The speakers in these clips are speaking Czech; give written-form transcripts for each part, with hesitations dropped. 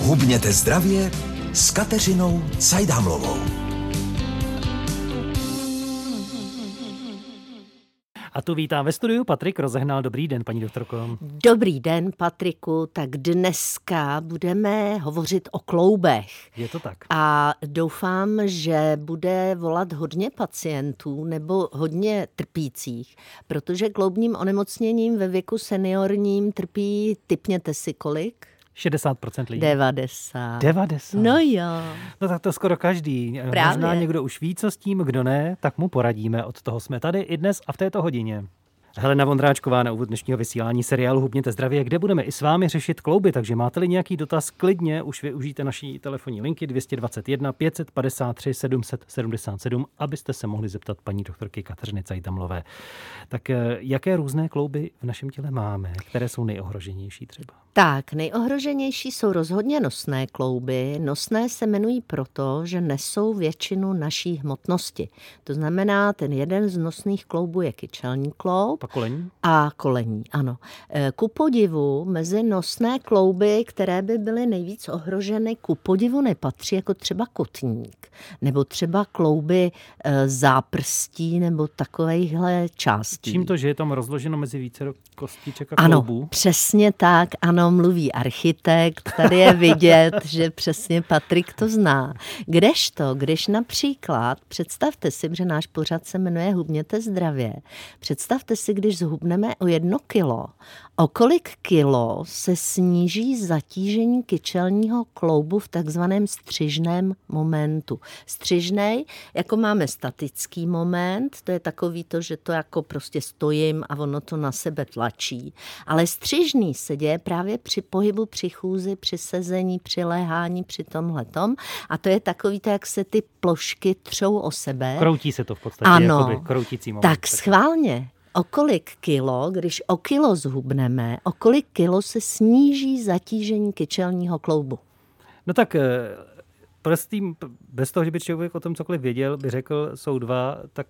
Hubněte zdravě s Kateřinou Cajdámlovou. A tu vítá ve studiu Patrik Rozehnal. Dobrý den, paní doktorko. Dobrý den, Patriku. Tak dneska budeme hovořit o kloubech. Je to tak. A doufám, že bude volat hodně pacientů nebo hodně trpících, protože kloubním onemocněním ve věku seniorním trpí, tipněte si kolik? 60% lidí. 90. 90? No jo. No tak to skoro každý. Právě. Možná někdo už ví, co s tím, kdo ne, tak mu poradíme. Od toho jsme tady i dnes a v této hodině. Helena Vondráčková na úvod dnešního vysílání seriálu Hubněte zdravě, kde budeme i s vámi řešit klouby, takže máte-li nějaký dotaz, klidně už využijte naší telefonní linky 221 553 777, abyste se mohli zeptat paní doktorky Kateřiny Cajdámlové. Tak jaké různé klouby v našem těle máme, které jsou nejohroženější třeba? Tak, nejohroženější jsou rozhodně nosné klouby. Nosné se jmenují proto, že nesou většinu naší hmotnosti. To znamená, ten jeden z nosných kloubů je kyčelní kloub. A kolení? A kolení, ano. Ku podivu mezi nosné klouby, které by byly nejvíc ohroženy, ku podivu nepatří jako třeba kotník, nebo třeba klouby záprstí, nebo takovejhle částí. Čím to, že je tam rozloženo mezi více kostiček a ano, kloubů? Přesně tak, ano, mluví architekt, tady je vidět, že přesně Patrik to zná. Kdežto, když například, představte si, že náš pořad se jmenuje Hubněte zdravě, představte si, když zhubneme o 1 kilo, o kolik kilo se sníží zatížení kyčelního kloubu v takzvaném střižném momentu. Střižnej, jako máme statický moment, to je takový to, že to jako prostě stojím a ono to na sebe tlačí. Ale střižný se děje právě při pohybu, při chůzi, při sezení, při léhání, při tomhletom. A to je takový to, jak se ty plošky třou o sebe. Kroutí se to v podstatě, ano, jakoby kroutící moment. Tak schválně. O kolik kilo, když o kilo zhubneme, o kolik kilo se sníží zatížení kyčelního kloubu? No tak prostým, bez toho, že by člověk o tom cokoliv věděl, by řekl, jsou 2, tak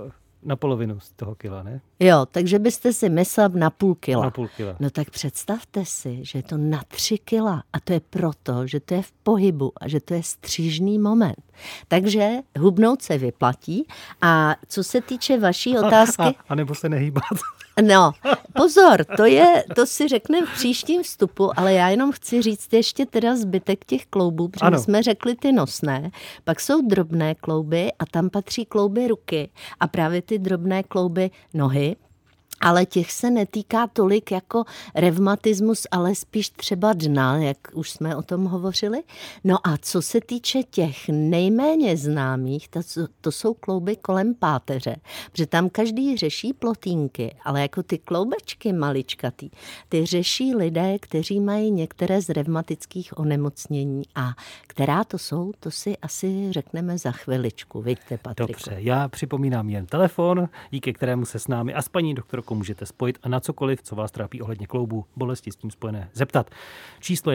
na polovinu z toho kila, ne? Jo, takže byste si myslel na půl kila. Na půl kila. No tak představte si, že je to na 3 kila a to je proto, že to je v pohybu a že to je střížný moment. Takže hubnout se vyplatí a co se týče vaší otázky... A nebo se nehýbat. No, pozor, to si řekneme v příštím vstupu, ale já jenom chci říct ještě teda zbytek těch kloubů, protože jsme řekli ty nosné, pak jsou drobné klouby a tam patří klouby ruky a právě ty drobné klouby nohy. Ale těch se netýká tolik jako revmatismus, ale spíš třeba dna, jak už jsme o tom hovořili. No a co se týče těch nejméně známých, to jsou klouby kolem páteře, protože tam každý řeší plotínky, ale jako ty kloubečky maličkatý, ty řeší lidé, kteří mají některé z revmatických onemocnění a která to jsou, to si asi řekneme za chviličku, viďte, Patriku. Dobře, já připomínám jen telefon, díky kterému se s námi a s paní doktorkou můžete spojit a na cokoliv, co vás trápí ohledně kloubů, bolesti s tím spojené, zeptat. Číslo je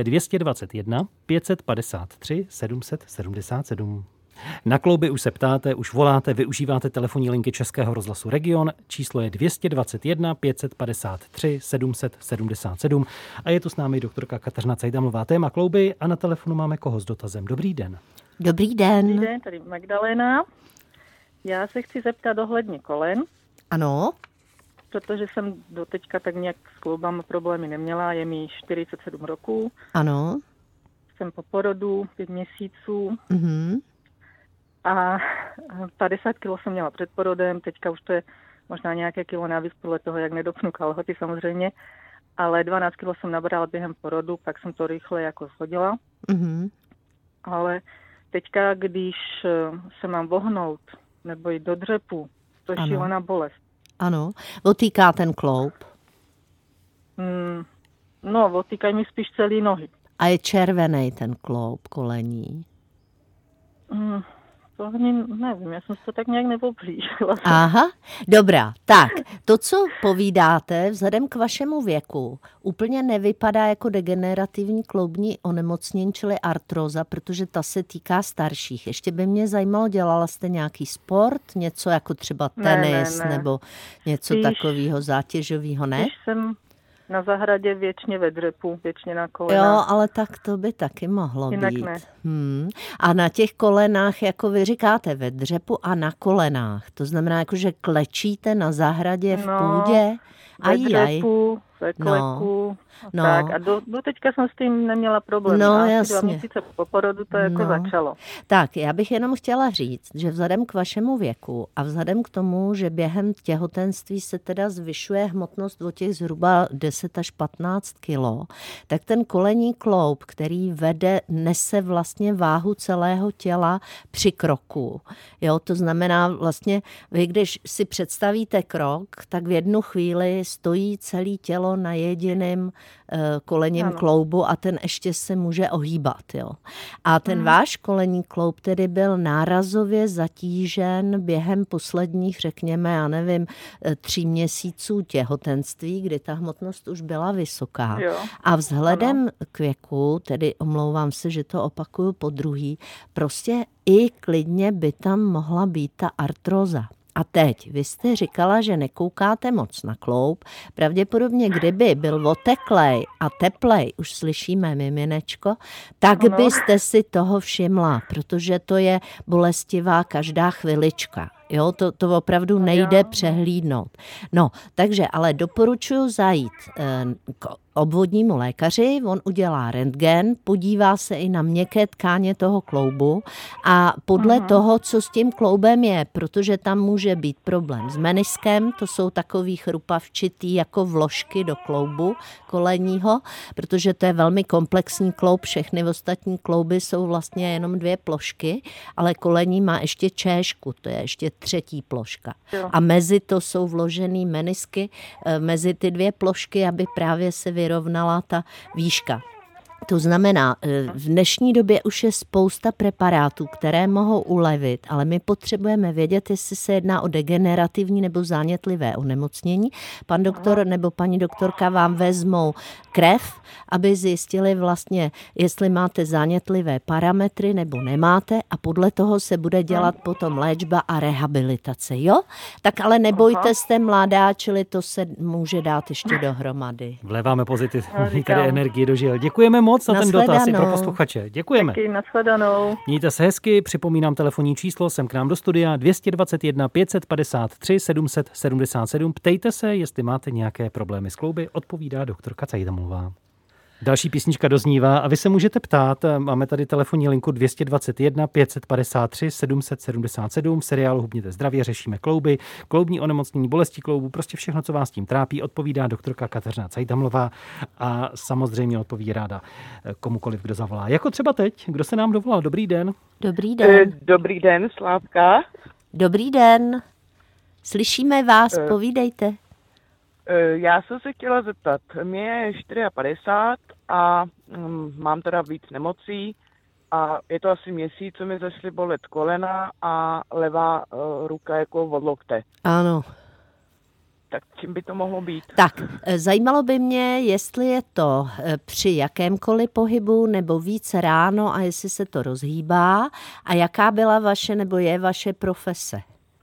221 553 777. Na klouby už se ptáte, už voláte, využíváte telefonní linky Českého rozhlasu Region. Číslo je 221 553 777 a je tu s námi doktorka Kateřina Cajdámlová. Téma klouby a na telefonu máme koho s dotazem. Dobrý den. Dobrý den. Dobrý den, tady Magdalena. Já se chci zeptat ohledně kolen. Ano. Protože jsem doteďka tak nějak s kloubama problémy neměla, je mi 47 roků. Ano. Jsem po porodu 5 měsíců. Mhm. A 50 kilo jsem měla před porodem, teďka už to je možná nějaké kilo navíc podle toho, jak nedopnu kalhoty samozřejmě, ale 12 kilo jsem nabrala během porodu, pak jsem to rychle jako shodila. Mhm. Ale teďka, když se mám vohnout nebo jít do dřepu, to je šílená bolest. Ano, otýká ten kloub. No, otýkají mi spíš celý nohy. A je červený ten kloub kolení. To nevím, já jsem se to tak nějak nepoblížila. Aha, dobrá. Tak, to, co povídáte, vzhledem k vašemu věku, úplně nevypadá jako degenerativní kloubní onemocnění, čili artróza, protože ta se týká starších. Ještě by mě zajímalo, dělala jste nějaký sport, něco jako třeba tenis, ne. nebo něco takového zátěžového, ne? na zahradě, věčně ve dřepu, věčně na kolenách. Jo, ale tak to by taky mohlo Jinak být. ne. A na těch kolenách, jako vy říkáte, ve dřepu a na kolenách. To znamená, jako, že klečíte na zahradě v půdě. Ve dřepu, ve kleku. No. Tak a do teďka jsem s tím neměla problém. No, Asi jasně. 2 měsíce po porodu to jako začalo. Tak, já bych jenom chtěla říct, že vzhledem k vašemu věku a vzhledem k tomu, že během těhotenství se teda zvyšuje hmotnost o těch zhruba 10 až 15 kilo, tak ten kolenní kloub, který nese vlastně váhu celého těla při kroku. Jo, to znamená vlastně, vy když si představíte krok, tak v jednu chvíli stojí celé tělo na jediném kolenním kloubu a ten ještě se může ohýbat. Jo. A ten váš kolenní kloub tedy byl nárazově zatížen během posledních, řekněme, já nevím, 3 měsíců těhotenství, kdy ta hmotnost už byla vysoká. Jo. A vzhledem k věku, tedy omlouvám se, že to opakuju podruhý, prostě i klidně by tam mohla být ta artróza. A teď, vy jste říkala, že nekoukáte moc na kloub. Pravděpodobně, kdyby byl oteklej a teplej, už slyšíme miminečko, tak byste si toho všimla, protože to je bolestivá každá chvilička. Jo, to opravdu nejde přehlídnout. No, takže ale doporučuji zajít k obvodnímu lékaři, on udělá rentgen, podívá se i na měkké tkáně toho kloubu a podle toho, co s tím kloubem je, protože tam může být problém s meniskem, to jsou takový chrupavčitý jako vložky do kloubu kolenního, protože to je velmi komplexní kloub, všechny ostatní klouby jsou vlastně jenom 2 plošky, ale kolení má ještě čéšku, to je ještě 3. ploška. Jo. A mezi to jsou vložený menisky, mezi ty 2 plošky, aby právě se vyrovnala ta výška. To znamená, v dnešní době už je spousta preparátů, které mohou ulevit, ale my potřebujeme vědět, jestli se jedná o degenerativní nebo zánětlivé onemocnění. Pan doktor nebo paní doktorka vám vezmou krev, aby zjistili vlastně, jestli máte zánětlivé parametry nebo nemáte a podle toho se bude dělat potom léčba a rehabilitace, jo? Tak ale nebojte, jste mladá, čili to se může dát ještě dohromady. Vléváme pozitivní tady energii do žil. Děkujeme moc za ten dotaz i pro posluchače. Děkujeme. Taky, nashledanou. Mějte se hezky, připomínám telefonní číslo sem k nám do studia 221 553 777. Ptejte se, jestli máte nějaké problémy s klouby, odpovídá doktorka Cajdamová. Další písnička doznívá a vy se můžete ptát. Máme tady telefonní linku 221 553 777. V seriálu Hubněte zdravě řešíme klouby, kloubní onemocnění, bolesti kloubů, prostě všechno, co vás tím trápí, odpovídá doktorka Kateřina Cajdamlová a samozřejmě odpoví ráda komukoliv, kdo zavolá. Jako třeba teď, kdo se nám dovolal. Dobrý den. Dobrý den. Dobrý den, Slávka. Dobrý den. Slyšíme vás, povídejte. Já jsem se chtěla zeptat, mě je 54 a mám teda víc nemocí a je to asi měsíc, co mi začaly bolet kolena a levá ruka jako od lokte. Ano. Tak čím by to mohlo být? Tak, zajímalo by mě, jestli je to při jakémkoliv pohybu nebo víc ráno a jestli se to rozhýbá a jaká byla vaše nebo je vaše profese?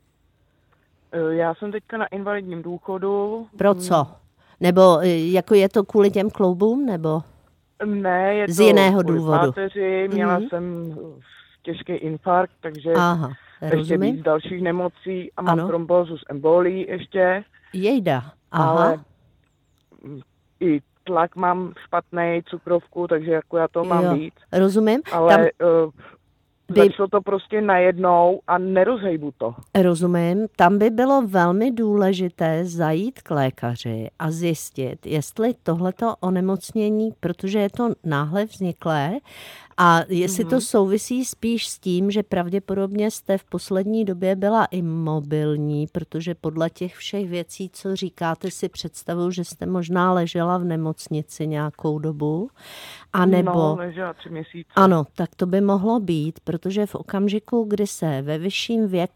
Já jsem teďka na invalidním důchodu. Pro co? Nebo jako je to kvůli těm kloubům, nebo? Ne, je to z jiného kvůli důvodu. páteři, měla jsem těžký infarkt, takže Aha, ještě rozumím. víc dalších nemocí a mám Ano. trombózu s embolí ještě. Jejda, aha. Ale i tlak mám špatný, cukrovku, takže jako já to mám víc. Rozumím. Ale Tam začalo to prostě najednou a nerozhejbu to. Rozumím. Tam by bylo velmi důležité zajít k lékaři a zjistit, jestli tohleto onemocnění, protože je to náhle vzniklé, a jestli to souvisí spíš s tím, že pravděpodobně jste v poslední době byla imobilní, protože podle těch všech věcí, co říkáte, si představuju, že jste možná ležela v nemocnici nějakou dobu. A nebo... No, ležela 3 měsíce. Ano, tak to by mohlo být, protože v okamžiku, kdy se ve vyšším věku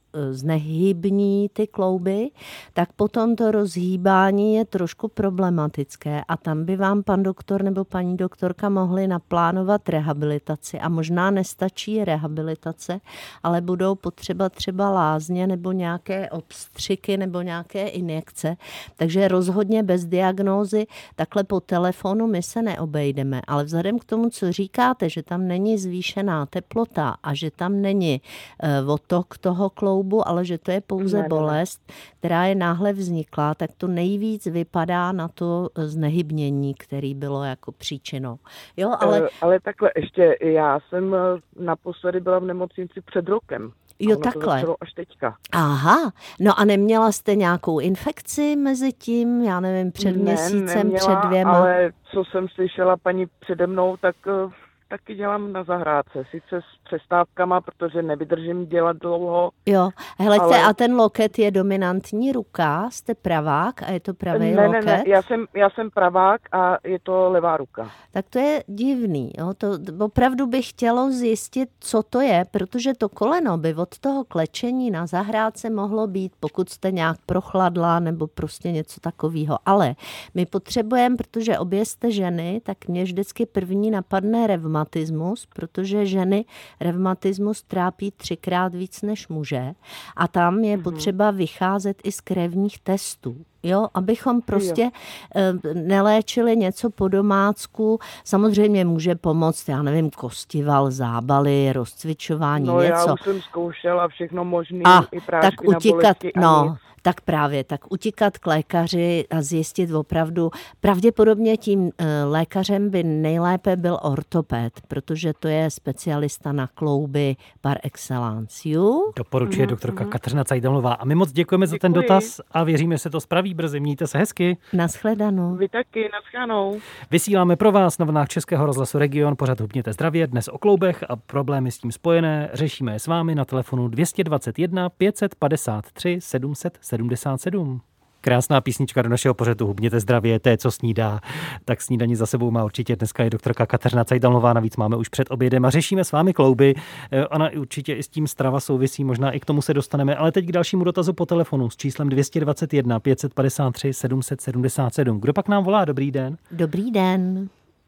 znehybní ty klouby, tak potom to rozhýbání je trošku problematické a tam by vám pan doktor nebo paní doktorka mohli naplánovat rehabilitaci a možná nestačí rehabilitace, ale budou potřeba třeba lázně nebo nějaké obstřiky nebo nějaké injekce, takže rozhodně bez diagnózy takhle po telefonu my se neobejdeme, ale vzhledem k tomu, co říkáte, že tam není zvýšená teplota a že tam není otok toho kloubu, ale že to je pouze bolest, která je náhle vzniklá, tak to nejvíc vypadá na to znehybnění, který bylo jako příčinou. Jo, ale takhle ještě, já jsem naposledy byla v nemocnici před rokem. Jo, takhle. To až teďka. Aha, no a neměla jste nějakou infekci mezi tím, já nevím, před měsícem, neměla, před 2? Ale co jsem slyšela paní přede mnou, tak taky dělám na zahrádce, sice s přestávkama, protože nevydržím dělat dlouho. Jo, helejte, a ten loket je dominantní ruka, jste pravák a je to pravý loket? Ne, já jsem pravák a je to levá ruka. Tak to je divný, jo? To opravdu bych chtělo zjistit, co to je, protože to koleno by od toho klečení na zahrádce mohlo být, pokud jste nějak prochladla nebo prostě něco takového. Ale my potřebujeme, protože obě jste ženy, tak mě vždycky první napadne revmatismus, protože ženy revmatismus trápí 3krát víc než muže a tam je potřeba vycházet i z krevních testů. Jo, abychom prostě neléčili něco po domácku. Samozřejmě může pomoct, já nevím, kostival, zábaly, rozcvičování, něco. Já už jsem zkoušela všechno možné, i prášky tak utíkat, na bolesti tak právě, tak utíkat k lékaři a zjistit opravdu, pravděpodobně tím lékařem by nejlépe byl ortoped, protože to je specialista na klouby par excellence. Doporučuje doktorka Kateřina Cajdamlová. A my moc děkujeme za ten dotaz a věříme, že se to spraví brzy. Mějte se hezky. Nashledanou. Vy taky, naschledanou. Vysíláme pro vás na vlnách Českého rozhlasu Region pořad Hubněte zdravě, dnes o kloubech a problémy s tím spojené. Řešíme je s vámi na telefonu 221 553 777. Krásná písnička do našeho pořadu Hubněte zdravě, té, co snídá. Tak snídaní za sebou má určitě dneska i doktorka Kateřina Cajdamlová, navíc máme už před obědem a řešíme s vámi klouby. Ona určitě i s tím strava souvisí, možná i k tomu se dostaneme, ale teď k dalšímu dotazu po telefonu s číslem 221 553 777. Kdo pak nám volá? Dobrý den. Dobrý den.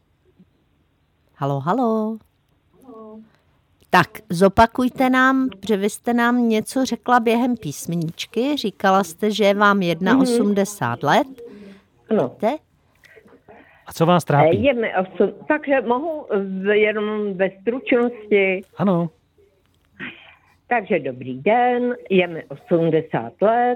Halo. Tak, zopakujte nám, že vy jste nám něco řekla během písmeničky. Říkala jste, že je vám 81 let. Ano. A co vás trápí? Je mi 8, takže mohu jenom ve stručnosti. Ano. Takže dobrý den, je mi 80 let,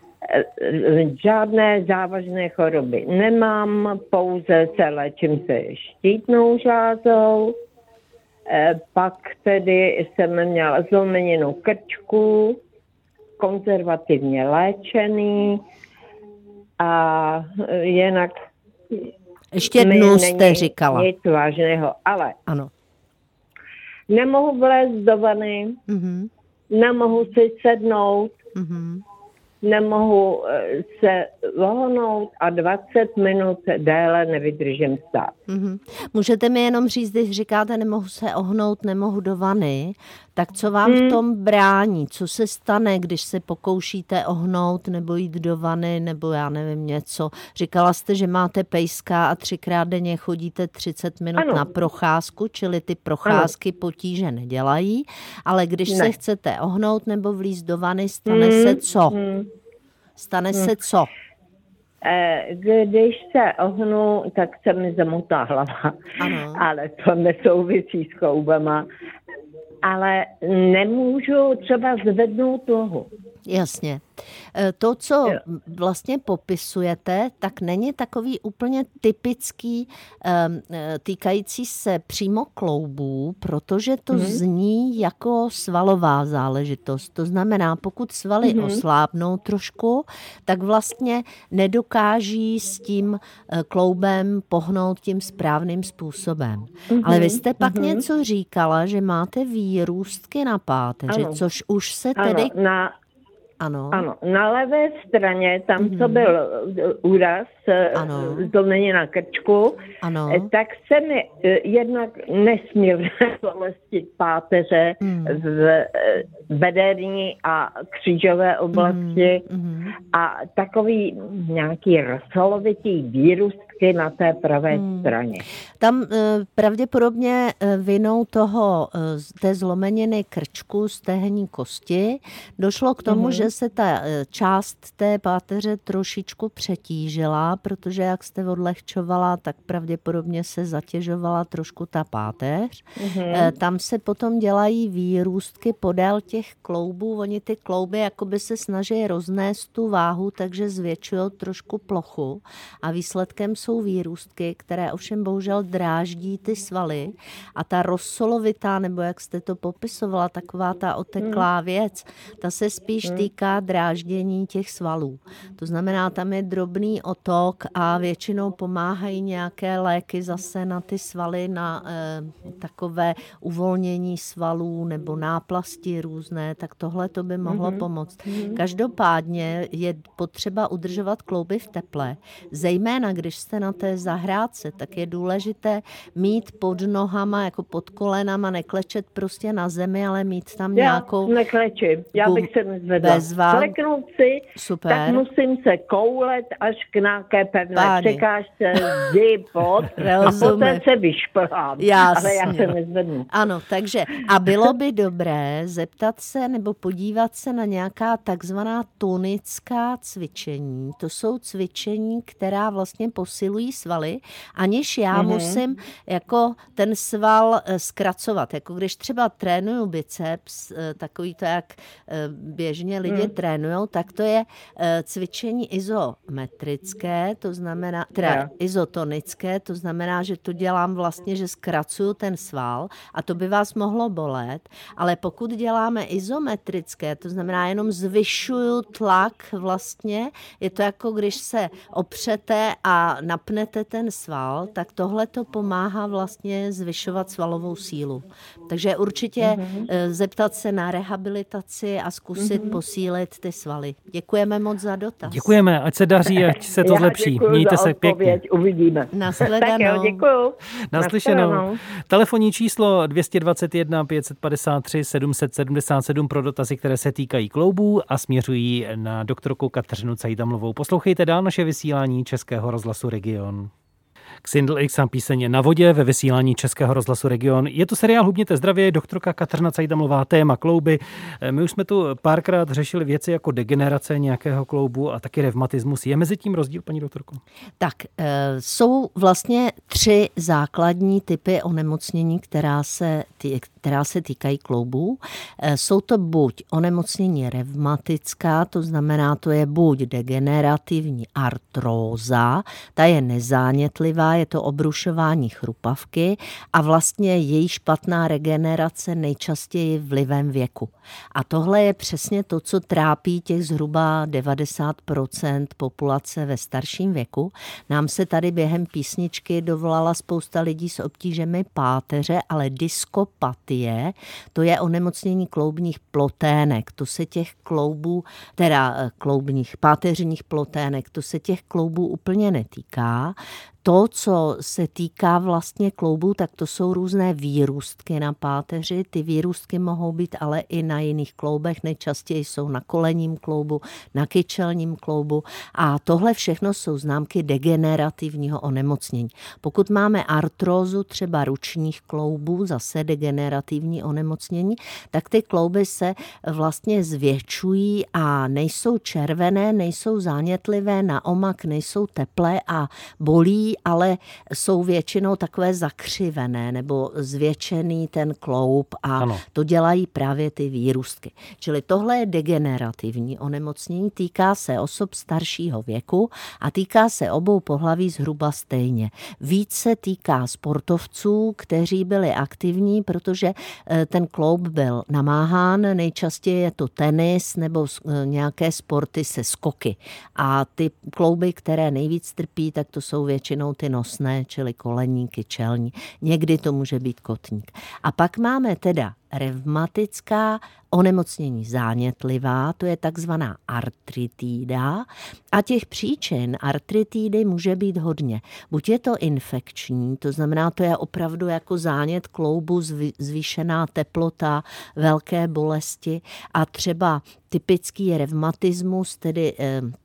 žádné závažné choroby nemám, pouze se léčím se štítnou žlázou. Pak tedy jsem měla zlomeninu krčku, konzervativně léčený a jinak ještě dnu jste říkala. Nic vážného, ale ano. Nemohu vlézt do vany, nemohu si sednout, nemohu se vohnout a 20 minut déle nevydržím stát. Můžete mi jenom říct, když říkáte, nemohu se ohnout, nemohu do vany, tak co vám v tom brání? Co se stane, když se pokoušíte ohnout nebo jít do vany, nebo já nevím něco? Říkala jste, že máte pejska a 3krát denně chodíte 30 minut na procházku, čili ty procházky potíže nedělají, ale když se chcete ohnout nebo vlízt do vany, stane se co? Stane se co? Když se ohnu, tak se mi zamotá hlava. Ano. Ale to nesouvisí s kloubama. Ale nemůžu třeba zvednout nohu. Jasně. To, co vlastně popisujete, tak není takový úplně typický týkající se přímo kloubů, protože to zní jako svalová záležitost. To znamená, pokud svaly oslábnou trošku, tak vlastně nedokáží s tím kloubem pohnout tím správným způsobem. Ale vy jste pak něco říkala, že máte výrůstky na páteři, což už se tedy... Ano. Ano, na levé straně, tam, co byl úraz, zlomenina krčku, tak se mi jednak nesmírné bolesti páteře v bederní a křížové oblasti a takový nějaký rosolovitý výrůstky na té pravé straně. Tam pravděpodobně vinou té zlomeniny krčku, stehenní kosti, došlo k tomu, že se ta část té páteře trošičku přetížila, protože jak jste odlehčovala, tak pravděpodobně se zatěžovala trošku ta páteř. Tam se potom dělají výrůstky podél těch kloubů. Oni ty klouby jakoby se snaží roznést tu váhu, takže zvětšují trošku plochu a výsledkem jsou výrůstky, které ovšem bohužel dráždí ty svaly a ta rozsolovitá, nebo jak jste to popisovala, taková ta oteklá věc, ta se spíš týká dráždění těch svalů. To znamená, tam je drobný otok a většinou pomáhají nějaké léky zase na ty svaly, na takové uvolnění svalů nebo náplasti různé, tak tohle to by mohlo pomoct. Každopádně je potřeba udržovat klouby v teple, zejména když jste na té zahrádce, tak je důležité mít pod nohama, jako pod kolenama, neklečet prostě na zemi, ale mít tam nějakou... Já neklečím, já bych se nezvedla. Kleknout si, tak musím se koulet až k nějaké pevné překážce, zdi, pod, a poté se vyšplhám. Ale já se nezvednu. Ano, takže a bylo by dobré zeptat se nebo podívat se na nějaká takzvaná tonická cvičení. To jsou cvičení, která vlastně posilují svaly, aniž já musím jako ten sval zkracovat. Jako když třeba trénuju biceps, takový to, jak běžně lidi trénujou, tak to je cvičení izometrické, to znamená, teda izotonické, to znamená, že to dělám vlastně, že zkracuju ten sval a to by vás mohlo bolet, ale pokud děláme izometrické, to znamená jenom zvyšuju tlak vlastně, je to jako když se opřete a napnete ten sval, tak tohle to pomáhá vlastně zvyšovat svalovou sílu. Takže určitě zeptat se na rehabilitaci a zkusit posílit ty svaly. Děkujeme moc za dotaz. Děkujeme, ať se daří, ať se to zlepší. Mějte se pěkně. Uvidíme. Nashledanou. Tak jo, děkuju. Naslyšenou. Telefonní číslo 221 553 777 pro dotazy, které se týkají kloubů a směřují na doktorku Kateřinu Cajdamlovou. Poslouchejte dál naše vysílání Českého rozhlasu Region. Xindl X a píseň Na vodě ve vysílání Českého rozhlasu Region. Je to seriál Hubněte zdravě, doktorka Kateřina Cajdamlová, téma klouby. My už jsme tu párkrát řešili věci jako degenerace nějakého kloubu a taky revmatismus. Je mezi tím rozdíl, paní doktorko? Tak, jsou vlastně 3 základní typy onemocnění, která se týkají kloubů. Jsou to buď onemocnění revmatická, to znamená, to je buď degenerativní artróza, ta je nezánětlivá, je to obrušování chrupavky a vlastně její špatná regenerace nejčastěji vlivem věku. A tohle je přesně to, co trápí těch zhruba 90% populace ve starším věku. Nám se tady během písničky dovolala spousta lidí s obtížemi páteře, ale dyskopatie, to je onemocnění kloubních plotének. To se těch kloubů, teda kloubních páteřních plotének, to se těch kloubů úplně netýká. To, co se týká vlastně kloubů, tak to jsou různé výrůstky na páteři. Ty výrůstky mohou být ale i na jiných kloubech. Nejčastěji jsou na kolenním kloubu, na kyčelním kloubu. A tohle všechno jsou známky degenerativního onemocnění. Pokud máme artrózu třeba ručních kloubů, zase degenerativní onemocnění, tak ty klouby se vlastně zvětšují a nejsou červené, nejsou zánětlivé, na omak nejsou teplé a bolí, ale jsou většinou takové zakřivené nebo zvětšený ten kloub a to dělají právě ty výrůstky. Čili tohle je degenerativní onemocnění, týká se osob staršího věku a týká se obou pohlaví zhruba stejně. Víc se týká sportovců, kteří byli aktivní, protože ten kloub byl namáhán, nejčastěji je to tenis nebo nějaké sporty se skoky. A ty klouby, které nejvíc trpí, tak to jsou většinou většinou ty nosné, čili kolenníky, čelní. Někdy to může být kotník. A pak máme teda revmatická onemocnění zánětlivá, to je takzvaná artritída a těch příčin artritidy může být hodně. Buď je to infekční, to znamená, to je opravdu jako zánět kloubu, zvýšená teplota, velké bolesti a třeba typický revmatismus, tedy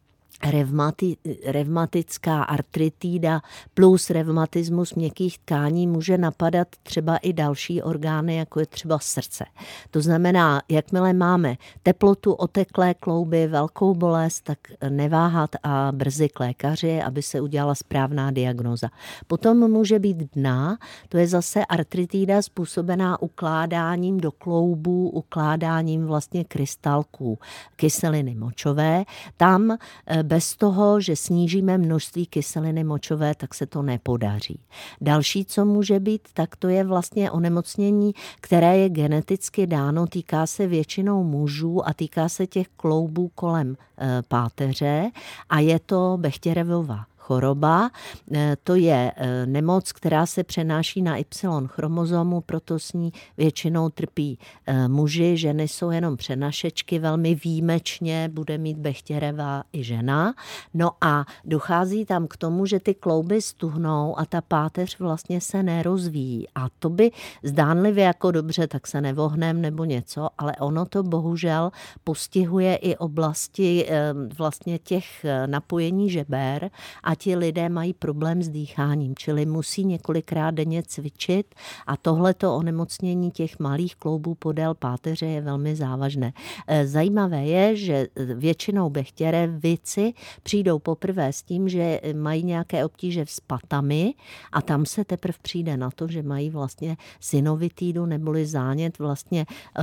revmatická artritída plus revmatismus měkkých tkání může napadat třeba i další orgány, jako je třeba srdce. To znamená, jakmile máme teplotu, oteklé klouby, velkou bolest, tak neváhat a brzy k lékaři, aby se udělala správná diagnóza. Potom může být dna, to je zase artritída způsobená ukládáním do kloubů, ukládáním vlastně krystalků kyseliny močové. Tam bez toho, že snížíme množství kyseliny močové, tak se to nepodaří. Další, co může být, tak to je vlastně onemocnění, které je geneticky dáno, týká se většinou mužů a týká se těch kloubů kolem páteře a je to Bechterevova choroba. To je nemoc, která se přenáší na Y chromozomu, proto s ní většinou trpí muži, ženy jsou jenom přenašečky, velmi výjimečně bude mít Bechtereva i žena. No a dochází tam k tomu, že ty klouby stuhnou a ta páteř vlastně se nerozvíjí. A to by zdánlivě jako dobře, tak se nevohnem nebo něco, ale ono to bohužel postihuje i oblasti vlastně těch napojení žeber a ti lidé mají problém s dýcháním, čili musí několikrát denně cvičit a tohleto onemocnění těch malých kloubů podél páteře je velmi závažné. Zajímavé je, že většinou Bechterevici přijdou poprvé s tím, že mají nějaké obtíže s patami a tam se teprve přijde na to, že mají vlastně synovitidu neboli zánět vlastně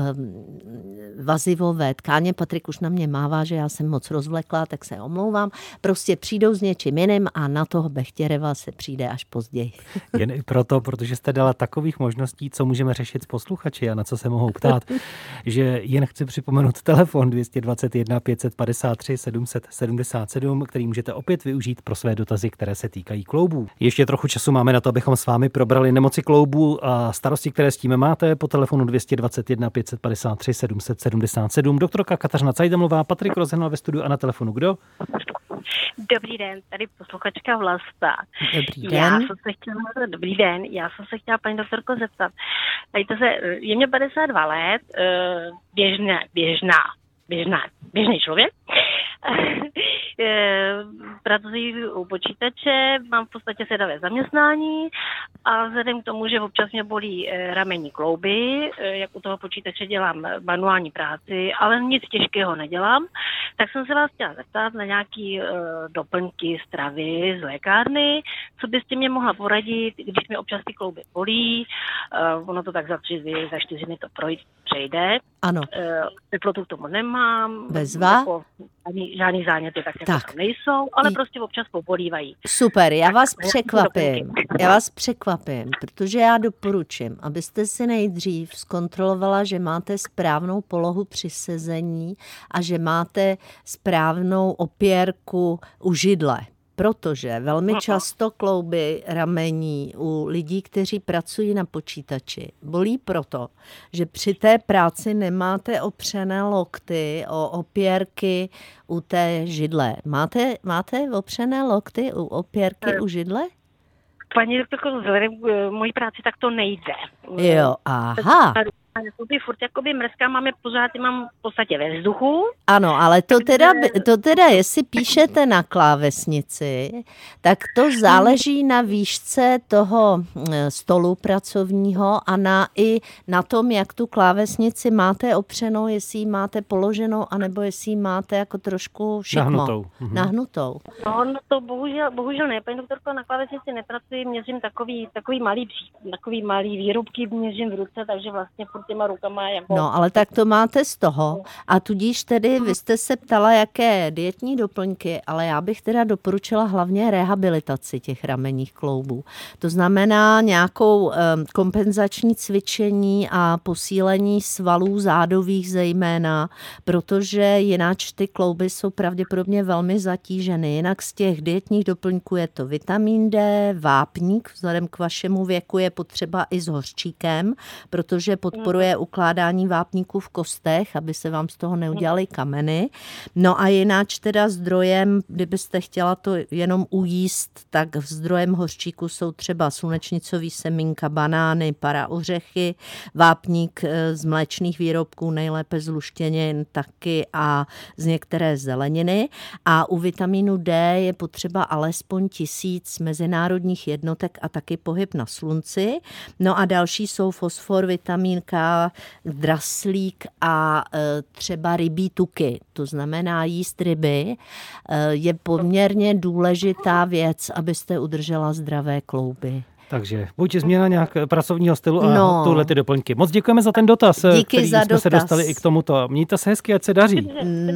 vazivové tkáně. Patrik už na mě mává, že já jsem moc rozvleklá, tak se omlouvám. Prostě přijdou s něčím jiným a na toho Bechtereva se přijde až později. Jen i proto, protože jste dala takových možností, co můžeme řešit s posluchači a na co se mohou ptát, že jen chci připomenout telefon 221 553 777, který můžete opět využít pro své dotazy, které se týkají kloubů. Ještě trochu času máme na to, abychom s vámi probrali nemoci kloubů a starosti, které s tím máte. Po telefonu 221 553 777. Doktorka Kateřina Cajdamlová, Patrik Rozehnal ve studiu a na telefonu kdo? Dobrý den, tady posluchačka Vlasta. Dobrý den. Dobrý den, já jsem se chtěla paní doktorko zeptat. Je mě 52 let, běžný člověk. Pracuji u počítače, mám v podstatě sedavé zaměstnání a vzhledem k tomu, že občas mě bolí ramenní klouby, jak u toho počítače dělám manuální práci, ale nic těžkého nedělám, tak jsem se vás chtěla zeptat na nějaký doplňky stravy z lékárny, co byste mě mohla poradit, když mi občas ty klouby bolí, ono to tak za 4 dny to přejde. Ano. Teplotu k tomu nemám. Bezva? Jako, žádný záněty tak tam nejsou, ale prostě občas pobolívají. Super, já vás překvapím, protože já doporučím, abyste si nejdřív zkontrolovala, že máte správnou polohu při sezení a že máte správnou opěrku u židle. Protože velmi často klouby ramení u lidí, kteří pracují na počítači, bolí proto, že při té práci nemáte opřené lokty o opěrky u té židle. Máte opřené lokty u opěrky u židle? Paní doktorko, vzhledem k mojí práci tak to nejde. Jo, aha. Furt jakoby mrzká, mám v podstatě ve vzduchu. Ano, ale to teda, jestli píšete na klávesnici, tak to záleží na výšce toho stolu pracovního a i na tom, jak tu klávesnici máte opřenou, jestli ji máte položenou, anebo jestli ji máte jako trošku šikmo. Nahnutou. No to bohužel ne, paní doktorko, na klávesnici nepracuji, měřím takový malý výrobky, měřím v ruce, takže vlastně furt těma rukama. Jako... No, ale tak to máte z toho. A tudíž tedy vy jste se ptala, jaké dietní doplňky, ale já bych teda doporučila hlavně rehabilitaci těch ramenních kloubů. To znamená nějakou kompenzační cvičení a posílení svalů zádových zejména, protože jinak ty klouby jsou pravděpodobně velmi zatíženy. Jinak z těch dietních doplňků je to vitamin D, vápník, vzhledem k vašemu věku je potřeba i s hořčíkem, protože podporuje ukládání vápníků v kostech, aby se vám z toho neudělaly kameny. No a jinak teda zdrojem, kdybyste chtěla to jenom ujíst, tak zdrojem hořčíku jsou třeba slunečnicový semínka, banány, paraořechy, vápník z mléčných výrobků, nejlépe z luštěnin taky a z některé zeleniny. A u vitamínu D je potřeba alespoň 1000 mezinárodních jednotek a taky pohyb na slunci. No a další jsou fosfor, vitamin K, draslík a třeba rybí tuky. To znamená jíst ryby je poměrně důležitá věc, abyste udržela zdravé klouby. Takže buď změna nějak pracovního stylu a tuhle ty doplňky. Moc děkujeme za ten dotaz, Díky za dotaz. Se dostali i k tomuto. Mějte se hezky, ať se daří.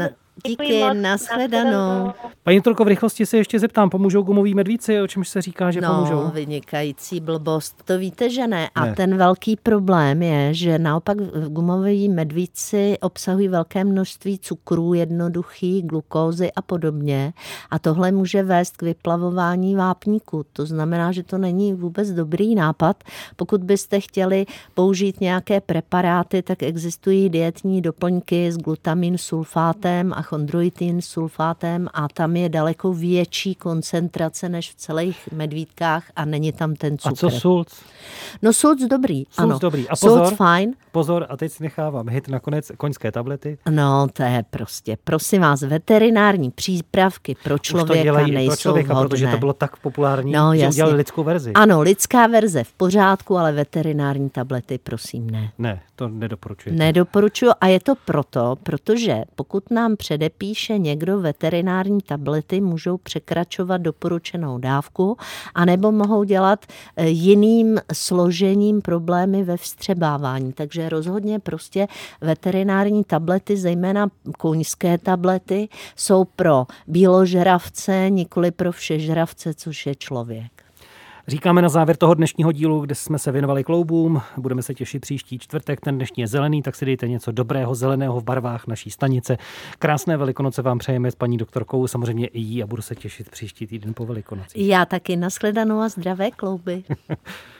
Díky, nashledanou. Paní doktorko, v rychlosti se ještě zeptám, pomůžou gumoví medvíci, o čemž se říká, že pomůžou? No, vynikající blbost, to víte, že ne. A ten velký problém je, že naopak gumoví medvíci obsahují velké množství cukrů, jednoduchý, glukózy a podobně. A tohle může vést k vyplavování vápníku. To znamená, že to není vůbec dobrý nápad. Pokud byste chtěli použít nějaké preparáty, tak existují dietní doplňky s glutamin sulfátem a chondroitin sulfátem a tam je daleko větší koncentrace než v celých medvídkách a není tam ten cukr. A co sulc? No sulc dobrý, ano. Dobrý. A pozor, sulc fajn. Pozor, a teď si nechávám hit nakonec koňské tablety. No, to je prostě, prosím vás, veterinární přípravky pro člověka nejsou vhodné. Protože to bylo tak populární, že udělali lidskou verzi. Ano, lidská verze v pořádku, ale veterinární tablety, prosím, ne. Ne, to nedoporučuji. Nedoporučuji a je to protože pokud nám předepíše někdo veterinární tablety, můžou překračovat doporučenou dávku, anebo mohou dělat jiným složením problémy ve vstřebávání. Takže rozhodně prostě veterinární tablety, zejména koňské tablety, jsou pro bíložravce, nikoli pro všežravce, což je člověk. Říkáme na závěr toho dnešního dílu, kde jsme se věnovali kloubům. Budeme se těšit příští čtvrtek, ten dnešní je zelený, tak si dejte něco dobrého zeleného v barvách naší stanice. Krásné Velikonoce vám přejeme s paní doktorkou, samozřejmě i jí a budu se těšit příští týden po Velikonocích. Já taky, nashledanou a zdravé klouby.